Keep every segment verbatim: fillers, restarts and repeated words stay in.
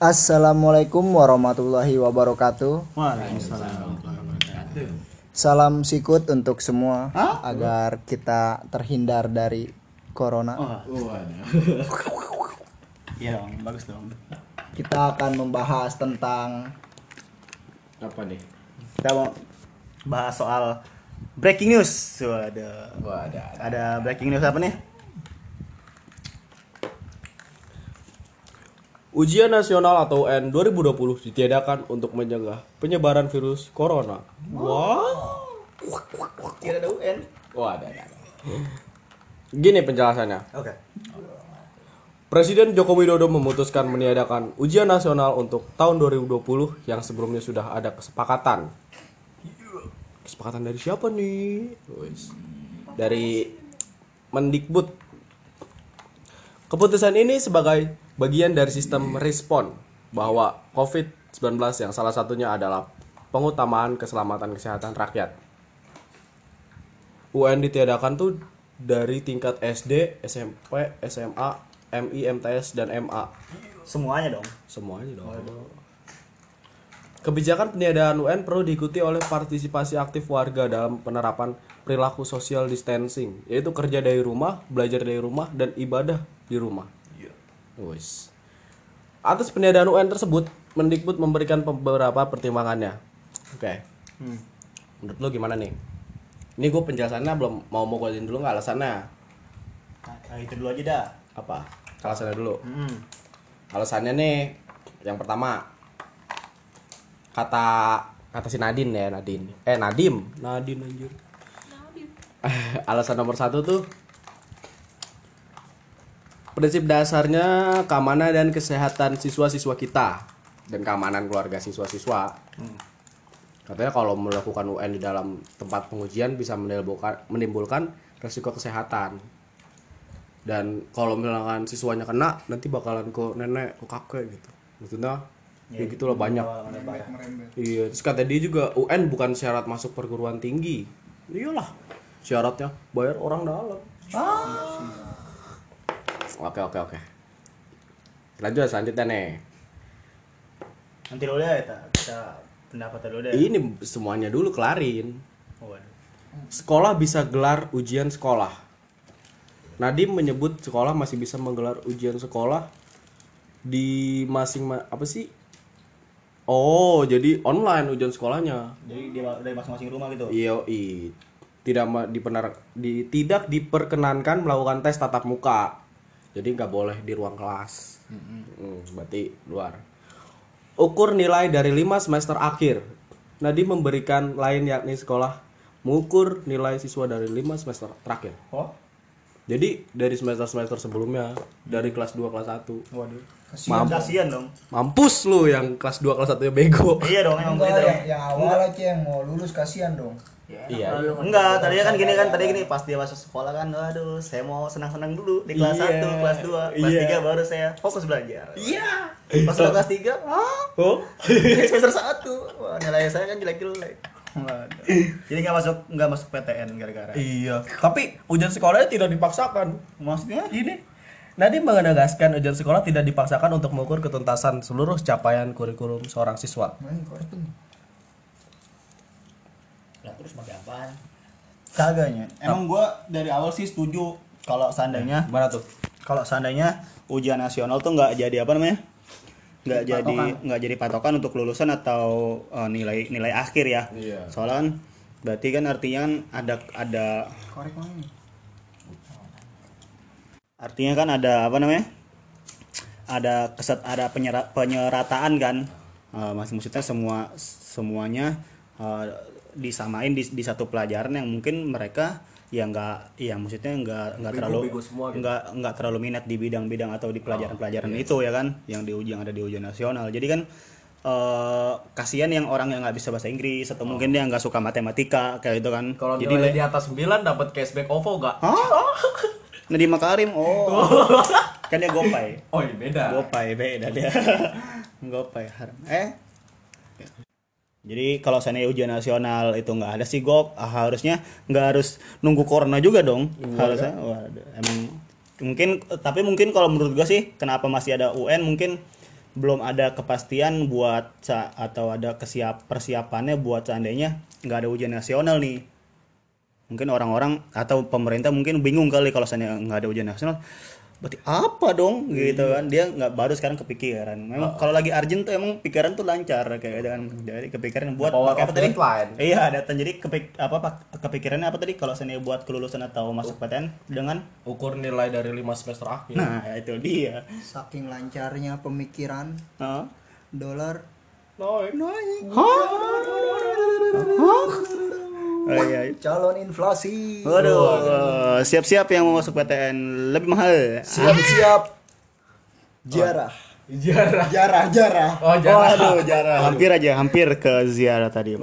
Assalamualaikum warahmatullahi wabarakatuh. Waalaikumsalam warahmatullahi wabarakatuh. Salam sikut untuk semua. Hah? Agar kita terhindar dari corona. Oh, waduh. Iya dong, bagus dong. Kita akan membahas tentang Apa nih? Kita mau bahas soal breaking news. Waduh. Wah, ada, ada. Ada breaking news apa nih? Ujian nasional atau U N dua ribu dua puluh ditiadakan untuk mencegah penyebaran virus corona. Wow. Kira ada U N. Wah, ada, ada. Gini penjelasannya. Oke. Presiden Joko Widodo memutuskan meniadakan ujian nasional untuk tahun dua ribu dua puluh yang sebelumnya sudah ada kesepakatan. Kesepakatan dari siapa nih? Wis. Dari Mendikbud. Keputusan ini sebagai bagian dari sistem respon bahwa covid sembilan belas yang salah satunya adalah pengutamaan keselamatan kesehatan rakyat. U N ditiadakan tuh dari tingkat S D, S M P, S M A, M I, M T S, dan M A. Semuanya dong. Semuanya dong. Kebijakan peniadaan U N perlu diikuti oleh partisipasi aktif warga dalam penerapan perilaku social distancing, yaitu kerja dari rumah, belajar dari rumah, dan ibadah di rumah. Wis. Atas peniadaan U N tersebut, Mendikbud memberikan beberapa pertimbangannya. Oke. Hmm. Menurut lo gimana nih? Ini gue penjelasannya belum mau mau gue dulu nggak alasannya Nah, itu dulu aja dah. apa? Alasannya dulu. Hmm. Alasannya nih, yang pertama kata kata si Nadine ya Nadine. Eh Nadim, Nadine anjir. Alasan nomor satu tuh prinsip dasarnya keamanan dan kesehatan siswa-siswa kita dan keamanan keluarga siswa-siswa. Hmm. Katanya kalau melakukan U N di dalam tempat pengujian bisa menimbulkan menimbulkan resiko kesehatan. Dan kalau misalkan siswanya kena nanti bakalan ke nenek, ke kakek gitu. Maksudnya ya gitulah banyak. Iya, terus kata dia juga U N bukan syarat masuk perguruan tinggi. Iyalah, syaratnya bayar orang dalam. Ah. Oke oke oke. Lanjut selanjutnya nih. Nanti dulu ya kita, kita pendapat dulu deh. Ini semuanya dulu kelarin. Waduh. Sekolah bisa gelar ujian sekolah. Nadiem menyebut sekolah masih bisa menggelar ujian sekolah di masing apa sih? Oh, jadi online ujian sekolahnya. Jadi dia dari masing-masing rumah gitu. Iya, i. Tidak ma- dipenar di tidak diperkenankan melakukan tes tatap muka. Jadi nggak boleh di ruang kelas. Hmm, berarti luar. Ukur nilai dari lima semester akhir. Nadiem memberikan lain yakni sekolah mengukur nilai siswa dari lima semester terakhir. Oh. Jadi dari semester-semester sebelumnya, dari kelas dua kelas satu. Waduh. Kasian. Mampu. Kasian dong. Mampus lu yang kelas dua kelas satu bego. Iya dong, emang enggak, begitu. yang, yang awal aja yang mau lulus kasihan dong. Iya. Enggak, tadinya kan gini kan, tadi gini pas dia masuk sekolah kan, aduh, saya mau senang-senang dulu di kelas Iya. satu, kelas dua, kelas Iya. tiga baru saya fokus belajar. Iya. Pas udah kelas tiga, ah, Oh. semester satu, wah, nilai saya kan jelek-jelek. Waduh. Jadi nggak masuk nggak masuk P T N gara-gara. Iya. Tapi ujian sekolahnya tidak dipaksakan. Maksudnya? Ini Nadiem menegaskan ujian sekolah tidak dipaksakan untuk mengukur ketuntasan seluruh capaian kurikulum seorang siswa. Main korting. Lah terus pakai apaan? Kagaknya. Emang gua dari awal sih setuju kalau seandainya Gimana tuh? kalau seandainya ujian nasional tuh nggak jadi apa namanya? Nggak jadi nggak jadi patokan untuk lulusan atau uh, nilai nilai akhir ya. Iya. Soalnya kan berarti kan artinya kan ada ada Korek mana? artinya kan ada apa namanya? Ada keset ada penyera, penyerataan kan. Uh, maksudnya semua semuanya uh, disamain di, di satu pelajaran yang mungkin mereka ya nggak ya maksudnya nggak nggak terlalu Bego semua gitu. nggak nggak terlalu minat di bidang-bidang atau di pelajaran-pelajaran Oh, iya. itu ya kan yang di ujian ada di ujian nasional. Jadi kan eh kasihan yang orang yang nggak bisa bahasa Inggris atau mungkin dia nggak suka matematika kayak gitu kan. Kalau Jadi nilai di atas sembilan dapat cashback OVO enggak? Hah? Nadiem Makarim, oh, kan dia gopay, Oh, ini beda. gopay beda dia, gopay haram. Eh, jadi kalau seandainya ujian nasional itu nggak ada sih gok, ah, harusnya nggak harus nunggu corona juga dong, harusnya. Waduh, emang mungkin tapi mungkin kalau menurut gua sih kenapa masih ada U N mungkin belum ada kepastian buat sa- atau ada kesiap persiapannya buat seandainya nggak ada ujian nasional nih. Mungkin orang-orang atau pemerintah mungkin bingung kali kalau seandainya nggak ada ujian nasional. Berarti apa dong gitu kan, dia nggak baru sekarang kepikiran. Memang kalau lagi urgent tuh emang pikiran tuh lancar kayak gitu kan, jadi kepikiran buat Power pakai of apa tadi deadline. iya data, jadi kepik apa pak- kepikirannya apa tadi kalau seandainya buat kelulusan atau masuk P T N dengan Ukur nilai dari lima semester akhir. nah itu dia. Saking lancarnya pemikiran, Hah? dolar Naik. naik. Oh, iya. Calon inflasi. Waduh, siap-siap yang mau masuk P T N lebih mahal. Siap-siap. Jarah. Jarah. Jarah, jarah. Oh, jarah. Waduh, jarah. Hampir aja, hampir ke ziarah tadi.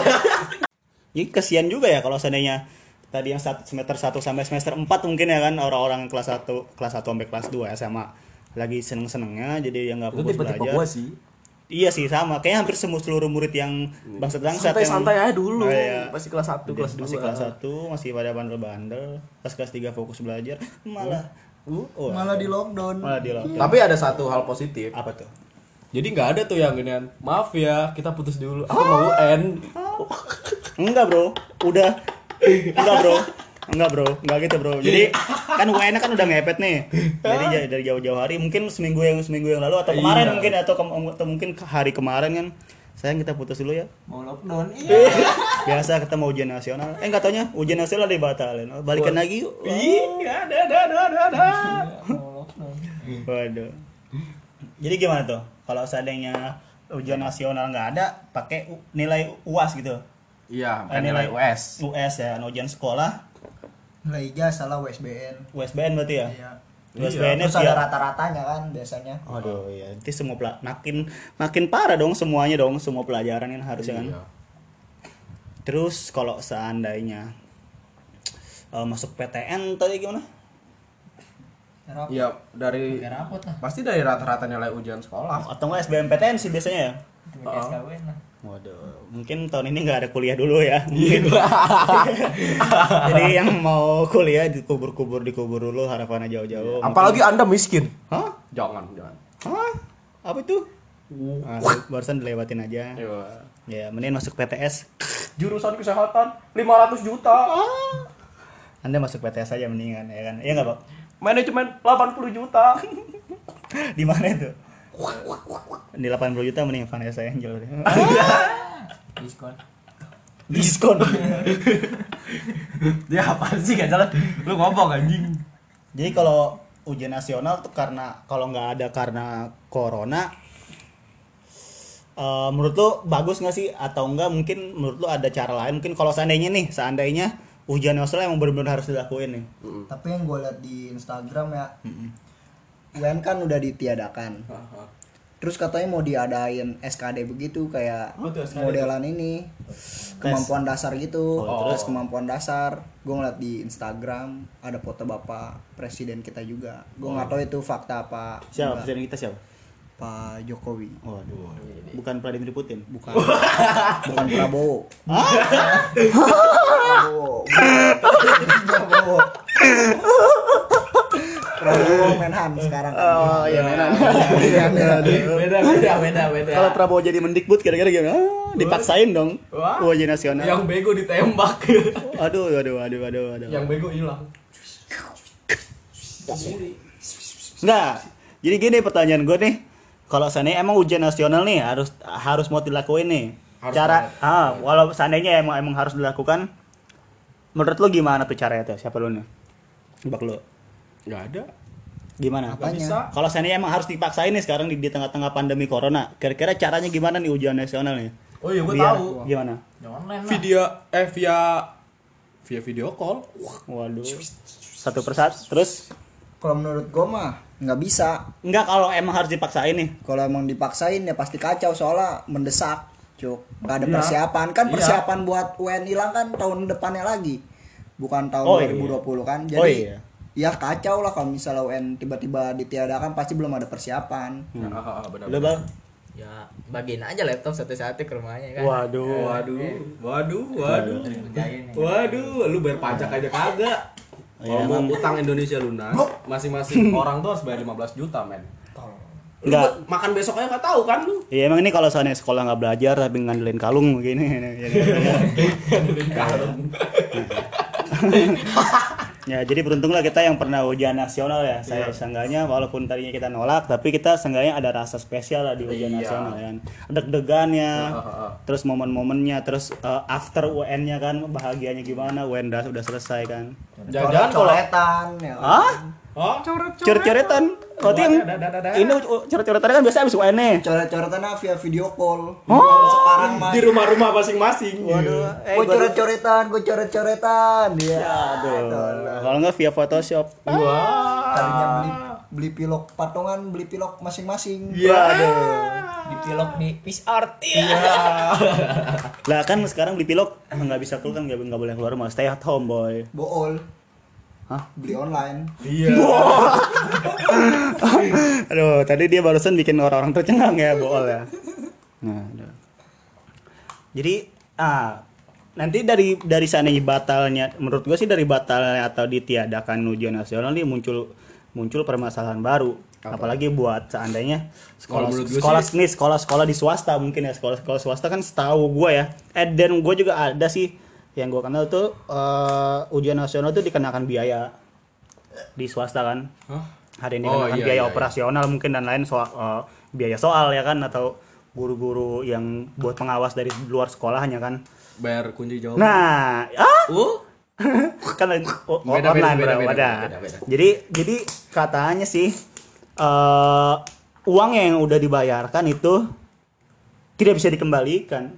Ini kasihan juga ya kalau seandainya tadi yang satu- semester satu sampai semester empat mungkin ya kan orang-orang kelas satu, kelas satu sampai kelas dua S M A lagi seneng-senengnya jadi yang nggak Itu fokus tipe-tipe belajar. gua sih. Iya sih sama, kayaknya hampir semua seluruh murid yang bangsat-bangsat Santai-santai aja dulu. Oh, iya. Masih kelas satu, kelas dua. masih kelas satu, masih pada bandel-bandel. Pas kelas tiga fokus belajar, malah Uh, oh, Malah di lockdown. malah di lockdown. Tapi ada satu hal positif. Apa tuh? Jadi nggak ada tuh yang ginian. Maaf ya, kita putus dulu. Aku mau U N. Enggak, Bro. Udah. Enggak, Bro. Enggak, Bro. Enggak gitu, Bro. Jadi kan U N kan udah mepet nih. Jadi ja- dari jauh-jauh hari, mungkin seminggu yang seminggu yang lalu atau kemarin Iya. mungkin atau, ke- atau mungkin hari kemarin kan. Sayang kita putus dulu ya. Mau lockdown. Iya. Biasa kita mau ujian nasional. Eh enggak taunya ujian nasional dibatalin. Oh, balikan lagi yuk. Ih, ada ada ada ada ada. Mau lockdown. Waduh. Jadi gimana tuh? Kalau seandainya ujian nasional nggak ada, pakai u- nilai U A S gitu. Iya, Eh, bukan nilai U S. U S ya, ujian sekolah. Nilai ijazah salah U S B N. U S B N berarti ya? Iya. U S B Iya. N-nya Terus ada via- rata-ratanya kan biasanya. Aduh ya, nanti semua pela- makin makin parah dong semuanya dong, semua pelajaran kan harusnya kan. Iya. Terus kalau seandainya eh, masuk P T N tadi gimana? Rapot. Iya, dari Pakai rapot lah. pasti dari rata-rata nilai ujian sekolah. Atau nggak S B M P T N sih biasanya ya? Pakai S K W lah. Waduh, mungkin tahun ini nggak ada kuliah dulu ya. Mungkin. Jadi yang mau kuliah dikubur-kubur dikubur dulu harapannya jauh-jauh. Apalagi Anda miskin. Hah? Jangan, jangan. Hah? Apa itu? Ah, barusan dilewatin aja. Iya. Ya, mending masuk P T S. Jurusan kesehatan lima ratus juta. Anda masuk P T S aja mendingan ya kan? Iya nggak Pak? Manajemen delapan puluh juta. Di mana itu? Di delapan puluh juta mending Vanessa Angel. Diskon. Diskon. Dia apa sih gak jalan? Lu ngomong anjing. Jadi kalau ujian nasional tuh karena kalau nggak ada karena corona, eh, menurut lu bagus nggak sih atau enggak? Mungkin menurut lu ada cara lain? Mungkin kalau seandainya nih, seandainya ujian nasional emang benar-benar harus dilakuin nih. Tapi yang gue lihat di Instagram ya, U N kan udah ditiadakan. Terus katanya mau diadain S K D begitu kayak Apa tuh S K D? modelan ini kemampuan dasar gitu. Oh, Terus kemampuan dasar, gue ngeliat di Instagram ada foto bapak presiden kita juga. Gue nggak tahu itu fakta apa. Siapa enggak. presiden kita siapa? Pak Jokowi. Waduh, bukan Vladimir Putin. Bukan. Bukan Prabowo. Prabowo. Prabowo. Prabowo Menhan sekarang. Oh iya, Menhan. Beda beda beda beda. Kalau Prabowo jadi Mendikbud kira-kira gimana? Ah, dipaksain dong. Wah. Ujian nasional. Yang bego ditembak. Aduh, aduh, aduh, aduh, aduh. Yang bego hilang. Enggak. Jadi gini pertanyaan gue nih. Kalau seandainya emang ujian nasional nih harus harus mau dilakuin nih. Harus Cara ah walau seandainya emang emang harus dilakukan, menurut lu gimana tuh caranya tuh? Siapa lu nih? Bak lu. Enggak ada. Gimana? Nggak bisa. Kalau seandainya emang harus dipaksain nih sekarang di, di tengah-tengah pandemi corona, kira-kira caranya gimana nih ujian nasional nih? Oh iya, gue Biar- tahu. Gimana? Video eh via via video call. Waduh. Satu persatu. Terus Kalau menurut gue mah nggak bisa. enggak kalau emang harus dipaksain nih. Kalau emang dipaksain ya pasti kacau soalnya mendesak, cuk. Nggak ada Iya. persiapan kan Iya. persiapan buat U N hilang kan tahun depannya lagi, bukan tahun Oh, dua iya. ribu dua puluh kan. Jadi Oh, iya. ya kacau lah kalau misalnya U N tiba-tiba ditiadakan pasti belum ada persiapan. Hmm. Ah, ah, benar. Lu Bang? Ya bagiin aja laptop satu-satu ke rumahnya kan. Waduh. Waduh, waduh, waduh. Kerjain nih. Waduh, lu bayar pajak aja kagak. Iya, Kalau mau utang Indonesia lunas, masing-masing orang tuh harus bayar lima belas juta, men. Lu Nggak. buat makan besoknya nggak tahu kan lu. Iya emang ini kalau seandainya sekolah nggak belajar tapi ngandelin kalung begini. Ngandelin kalung. Ya jadi beruntunglah kita yang pernah ujian nasional ya. Saya seenggaknya walaupun tadinya kita nolak tapi kita seenggaknya ada rasa spesial lah di ujian Iya. nasional kan. Deg-degannya, Heeh. terus momen-momennya, terus uh, after U N-nya kan bahagianya gimana, U N udah sudah selesai kan. Jangan-jangan kalau coretan ya. Ah? oh coret-coret. Coret-coretan. Berarti yang Ada, ada, ada, ada. ini coret-coretan kan biasa habis U N nih. Coret-coretannya via video call. Oh. Sekarang mah. Di rumah-rumah masing-masing. Waduh, eh, Gue gua- coret-coretan, gue coret-coretan. Dia. Aduh. Kalau nggak via Photoshop. Wah. Tadinya beli beli pilok patungan, beli pilok masing-masing. Iya, aduh. Dipilok di Peace Art. Lah kan sekarang di pilok nggak bisa keluar kan nggak nggak boleh keluar rumah, stay at home boy. Bool. Hah? Beli online. Iya. Aduh, tadi dia barusan bikin orang-orang tercengang ya bool ya. Nah, aduh. Jadi ah nanti dari dari sananya batalnya, menurut gua sih dari batalnya atau ditiadakan ujian nasional ini muncul muncul permasalahan baru. Apa? Apalagi buat seandainya sekolah Kalau menurut gua sekolah sih- nih sekolah-sekolah di swasta mungkin ya sekolah-sekolah swasta kan setahu gua ya. Eh dan gua juga ada sih yang gua kenal tuh eh, ujian nasional tuh dikenakan biaya di swasta kan. Hah? Hari ini Oh, dikenakan iya, biaya iya, iya. operasional mungkin dan lain soal eh, biaya soal ya kan atau guru-guru yang buat pengawas dari luar sekolahnya kan. Bayar kunci jawaban. Nah, ah Uh. kan o- o- Beda, beda, online beda, bro, beda, ada. beda, beda. Jadi jadi katanya sih eh uang yang udah dibayarkan itu tidak bisa dikembalikan.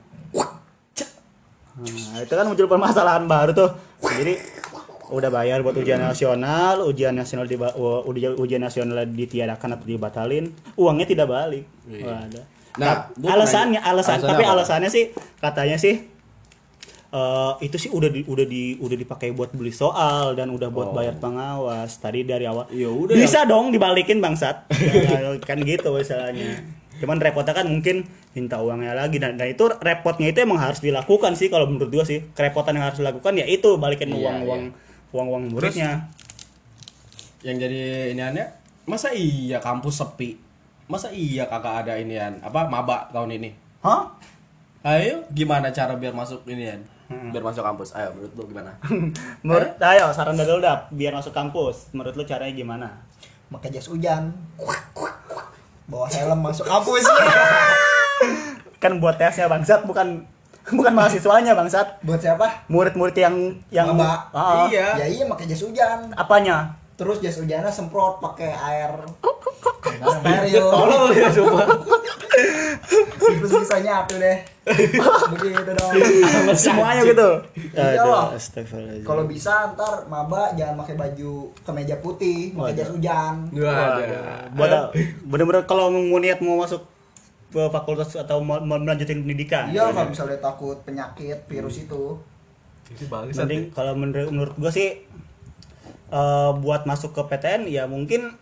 Nah, itu kan muncul permasalahan baru tuh. Jadi udah bayar buat ujian nasional, ujian nasional di ujian, ujian nasional ditiadakan atau dibatalin, uangnya tidak balik. Iya. Wah, ada. Nah, Tap- gua alasannya penanya- alasan alasannya tapi apa? alasannya sih katanya sih eh itu sih udah di, udah di udah dipakai buat beli soal dan udah buat Oh. bayar pengawas tadi dari awal. Ya udah Bisa dong dibalikin bangsat. Ya, kan gitu misalnya. Cuman repotnya kan mungkin minta uangnya lagi dan, dan itu repotnya itu emang harus dilakukan sih kalau menurut gua sih. Kerepotan yang harus dilakukan ya itu balikin Iya, uang-uang uang-uang muridnya. Yang jadi iniannya, masa iya kampus sepi? Masa iya kagak ada inian apa maba tahun ini? Hah? Ayo, gimana cara biar masuk inian? Biar masuk kampus. Ayo, menurut lu gimana? Menurut ayo saran dari lu Dap, biar masuk kampus. Menurut lu caranya gimana? Pakai jas hujan. Bawa helm masuk kampus. Kan buat tesnya bangsat bukan bukan mahasiswanya bangsat. Buat siapa? Murid-murid yang yang Maba. Ah, Iya. Ya iya pakai jas hujan. apanya? Terus jas hujannya semprot pakai air steril. Tolol ya coba. Terus bisanya tuh deh. Begitu dong. Semuanya gitu. Iya Aduh, loh. astagfirullahaladzim. Kalau bisa ntar maba jangan pakai baju kemeja putih, pakai jas hujan. Waduh. Buat bener-bener kalau mau niat mau masuk ke fakultas atau mau, mau melanjutin pendidikan. Iya kalau misalnya takut penyakit virus itu. Itu bangsat. Mending kalau menurut menurut gua sih eh, buat masuk ke P T N ya mungkin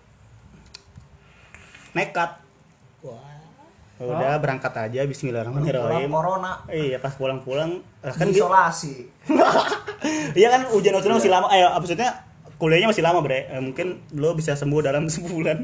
nekat. Udah berangkat aja Pulang bismillahirrahmanirrahim. corona Iya pas pulang-pulang eh, kan kan dia, isolasi. iya kan ujian nasional masih lama. Eh maksudnya kuliahnya masih lama bre. Eh, mungkin lo bisa sembuh dalam sebulan.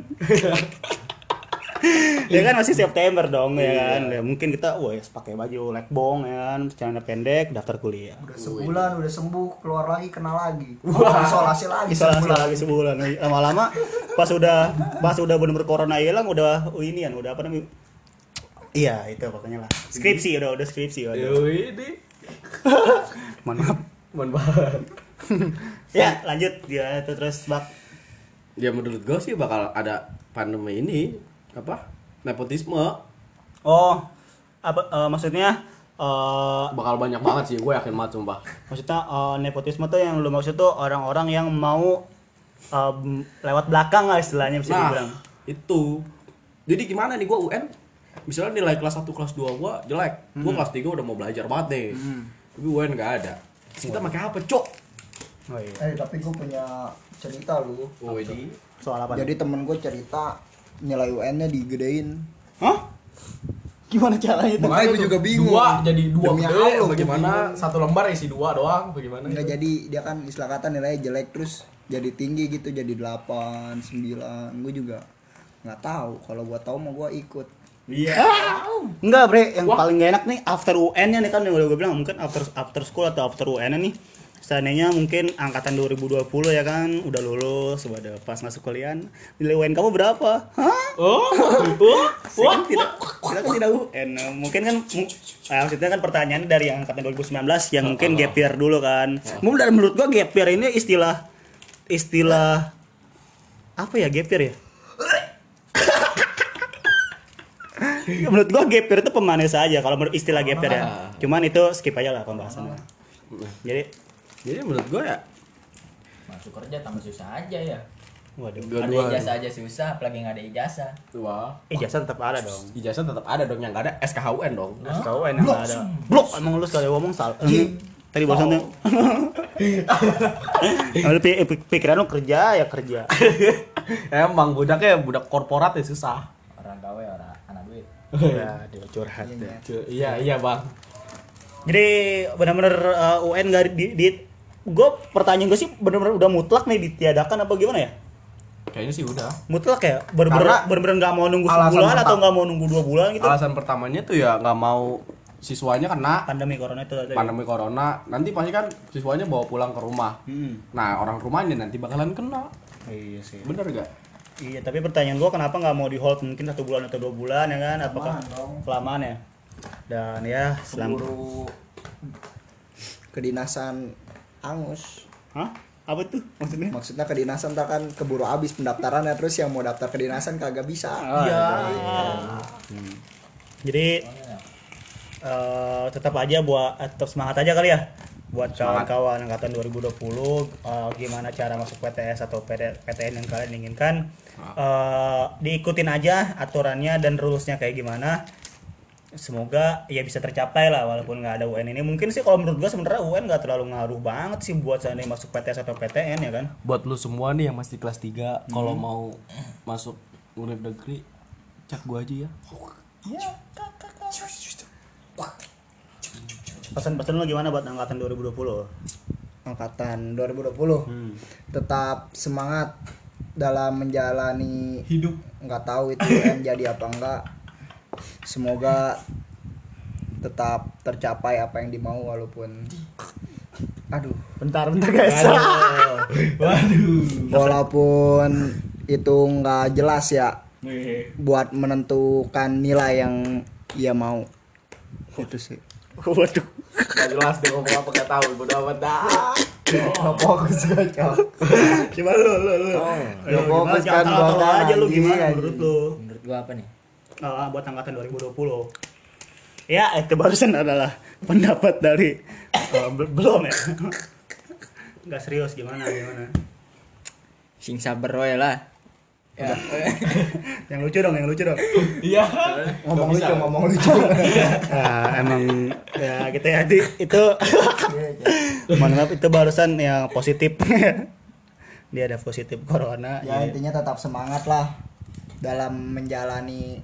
Ya kan masih September dong ya kan. Ya, mungkin kita wes pakai baju lekbong ya kan, celana pendek daftar kuliah. Udah sebulan udah sembuh, keluar lagi kena lagi. Isolasi lagi. Isolasi sebulan. lagi sebulan. Lama-lama pas udah pas udah bener-bener corona hilang udah oh, ini kan udah apa namanya? Iya, itu pokoknya lah. Skripsi udah udah skripsi udah. Yo ini. Mohon maaf. Mohon maaf. Ya, lanjut dia itu terus bak. Ya menurut gue sih bakal ada pandemi ini apa? Nepotisme. Oh, apa eh, maksudnya eh Bakal banyak banget sih, gue yakin banget sumpah. maksudnya eh, nepotisme tuh yang lu maksud tuh orang-orang yang mau em, lewat belakang lah istilahnya bisa Nah, dibilang. itu. Jadi gimana nih gue U N? Misalnya nilai kelas satu, kelas dua gue jelek. Gue kelas tiga udah mau belajar banget deh. Tapi U N gak ada. Terus kita pakai apa, Cok? Oh iya. Eh tapi gue punya cerita lu. Oh, ini. Soal apa? Jadi temen gue cerita nilai U N-nya digedein. Hah? Gimana caranya itu? Makanya gue juga bingung. Dua jadi dua Demi gede, Allah, bagaimana? gua bingung. Satu lembar isi dua doang, bagaimana? Enggak jadi dia kan istilah kata nilainya jelek terus jadi tinggi gitu jadi delapan, sembilan. Gue juga Nggak tahu, kalau gua tahu mau gua ikut. Iya. Enggak, Bre, yang paling gak enak nih after U N-nya nih kan yang udah gue bilang mungkin after after school atau after U N-nya nih. Seandainya mungkin angkatan dua ribu dua puluh ya kan udah lulus, udah pas masuk kuliah, nilai U N kamu berapa? Hah? Oh. Wah, kan tidak kita kan tidak U N. Nah, mungkin kan mu- eh, maksudnya kan pertanyaannya dari angkatan dua ribu sembilan belas yang mungkin gap year dulu kan. Mungkin dari menurut gua gap year ini istilah istilah apa ya gap year ya? Ya, menurut gua gap year itu pemanis aja kalau menurut istilah gap year ya. Cuman itu skip aja lah pembahasannya. Jadi, Jadi menurut gue ya Masuk kerja tambah susah aja ya. waduh. Ada Dua-dua. ijazah aja susah, apalagi nggak ada ijazah. Wah. Ijazah tetap ada dong. Ijazah tetap ada dong, yang nggak ada S K H U N dong. S K U N yang nggak ada. Blok emang lu sekali ngomong salah. Tadi barusan tuh. Lalu pi- pi- pikiran lu kerja ya kerja. Emang budaknya budak korporat ya susah. Orang gawe orang anak duit. Ya, dia curhat ya. Cu- Iya iya bang. Jadi benar-benar uh, U N nggak di, di gue pertanyaan gue sih benar-benar udah mutlak nih ditiadakan apa gimana ya? Kayaknya sih udah. Mutlak ya? Benar-benar Karena benar-benar nggak mau nunggu alasan sebulan atau pertama- nggak mau nunggu dua bulan gitu? Alasan pertamanya tuh ya nggak mau siswanya kena Pandemi corona itu ada. pandemi corona. Nanti pasti kan siswanya bawa pulang ke rumah. Hmm. Nah orang rumahnya nanti bakalan kena. Iya sih. Bener gak? Iya, tapi pertanyaan gua kenapa nggak mau di hold mungkin satu bulan atau dua bulan ya kan? Apakah kelamaan ya? Dan ya, selam. Guru kedinasan angus. Hah? Apa tuh maksudnya? Maksudnya kedinasan tak kan keburu habis pendaftarannya, terus yang mau daftar kedinasan kagak bisa. Iya. Hmm. Jadi eh, tetap aja buat eh, tetap semangat aja kali ya buat kawan-kawan angkatan dua ribu dua puluh eh, gimana cara masuk P T S atau P T N yang kalian inginkan. Eh, diikutin aja aturannya dan rulesnya kayak gimana. Semoga ya bisa tercapai lah walaupun nggak ada U N ini. Mungkin sih kalau menurut gua sebenarnya U N nggak terlalu ngaruh banget sih buat seandainya masuk P T S atau P T N ya kan. Buat lu semua nih yang masih kelas tiga, kalau mau masuk univ negeri, chat gua aja ya. Pesan-pesan lu gimana buat angkatan dua ribu dua puluh? Angkatan dua ribu dua puluh Hmm. tetap semangat dalam menjalani Hidup. nggak tahu itu U N jadi apa enggak. Semoga tetap tercapai apa yang dimau walaupun aduh Bentar, bentar guys. Waduh. walaupun itu nggak jelas ya buat menentukan nilai yang ia mau itu sih. Waduh. Gak jelas deh ngomong apa gak tahu, bodo amat dah. Gak fokus gue cok. Coba lu lu lu. Ya, fokus kan gua gua aja lu anjing, gimana anjing. menurut lu? Menurut gua apa nih? Ah, buat angkatan dua ribu dua puluh. Ya, itu barusan adalah pendapat dari oh, bel- belum ya. Enggak serius gimana gimana. Sing sabar wae lah. Ya. Yang lucu dong, yang lucu dong. Iya. Ngomong lucu, ngomong lucu. Ya, emang ya gitu ya. Di, itu mohon maaf itu barusan yang positif. Dia ada positif corona. Ya jadi- intinya tetap semangat lah dalam menjalani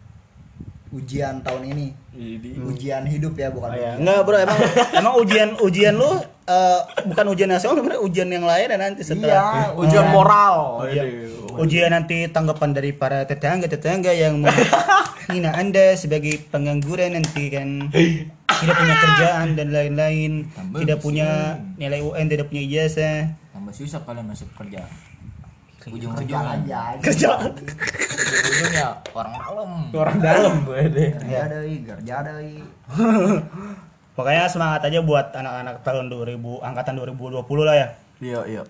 ujian tahun ini. Ujian hidup ya bukan Oh, ya. ujian. Enggak bro, emang emang ujian ujian lu eh, bukan ujian nasional, sebenarnya ujian yang lain ya nanti setelah Iya, Ujian moral. Ujian, ujian nanti tanggapan dari para tetangga-tetangga yang menghina Anda sebagai pengangguran nanti kan tidak punya kerjaan dan lain-lain, Tambah tidak punya nilai U N, tidak punya ijazah. Tambah susah kalian masuk kerja. Kerja Ujung-ujungnya aja. Kerja. ujung-ujungnya orang dalam. Orang dalam gue deh. Kerja deui, kerja deui. Pokoknya semangat aja buat anak-anak tahun dua ribu angkatan dua ribu dua puluh lah ya. Iya iya.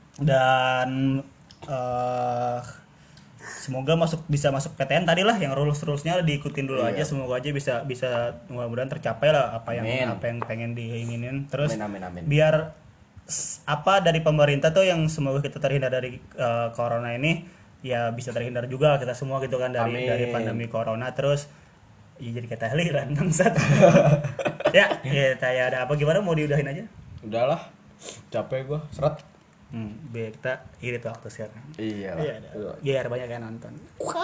Dan eh semoga masuk bisa masuk P T N tadi lah yang rules-rulesnya diikutin dulu aja, semoga aja bisa bisa mudah-mudahan tercapai lah apa yang Amin. apa yang pengen diinginin. Terus Amin, amin, amin. biar s- apa dari pemerintah tuh yang semoga kita terhindar dari eh, corona ini ya bisa terhindar juga kita semua gitu kan dari Amin. dari pandemi corona. Terus ya jadi kita tahlilan bangsat. Ya, kita ya ada apa gimana mau diudahin aja? Udahlah. Capek gua. Seret. Hmm, biar kita irit waktu sekarang. Iya. Iya, ada. Biar banyak yang nonton.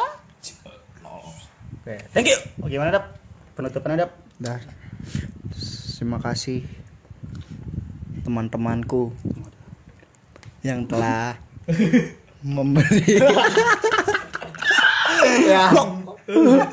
Oke, thank you. Oh, gimana Dap? Penutupannya Dap? Dah. Terima kasih teman-temanku yang telah memberi Ya.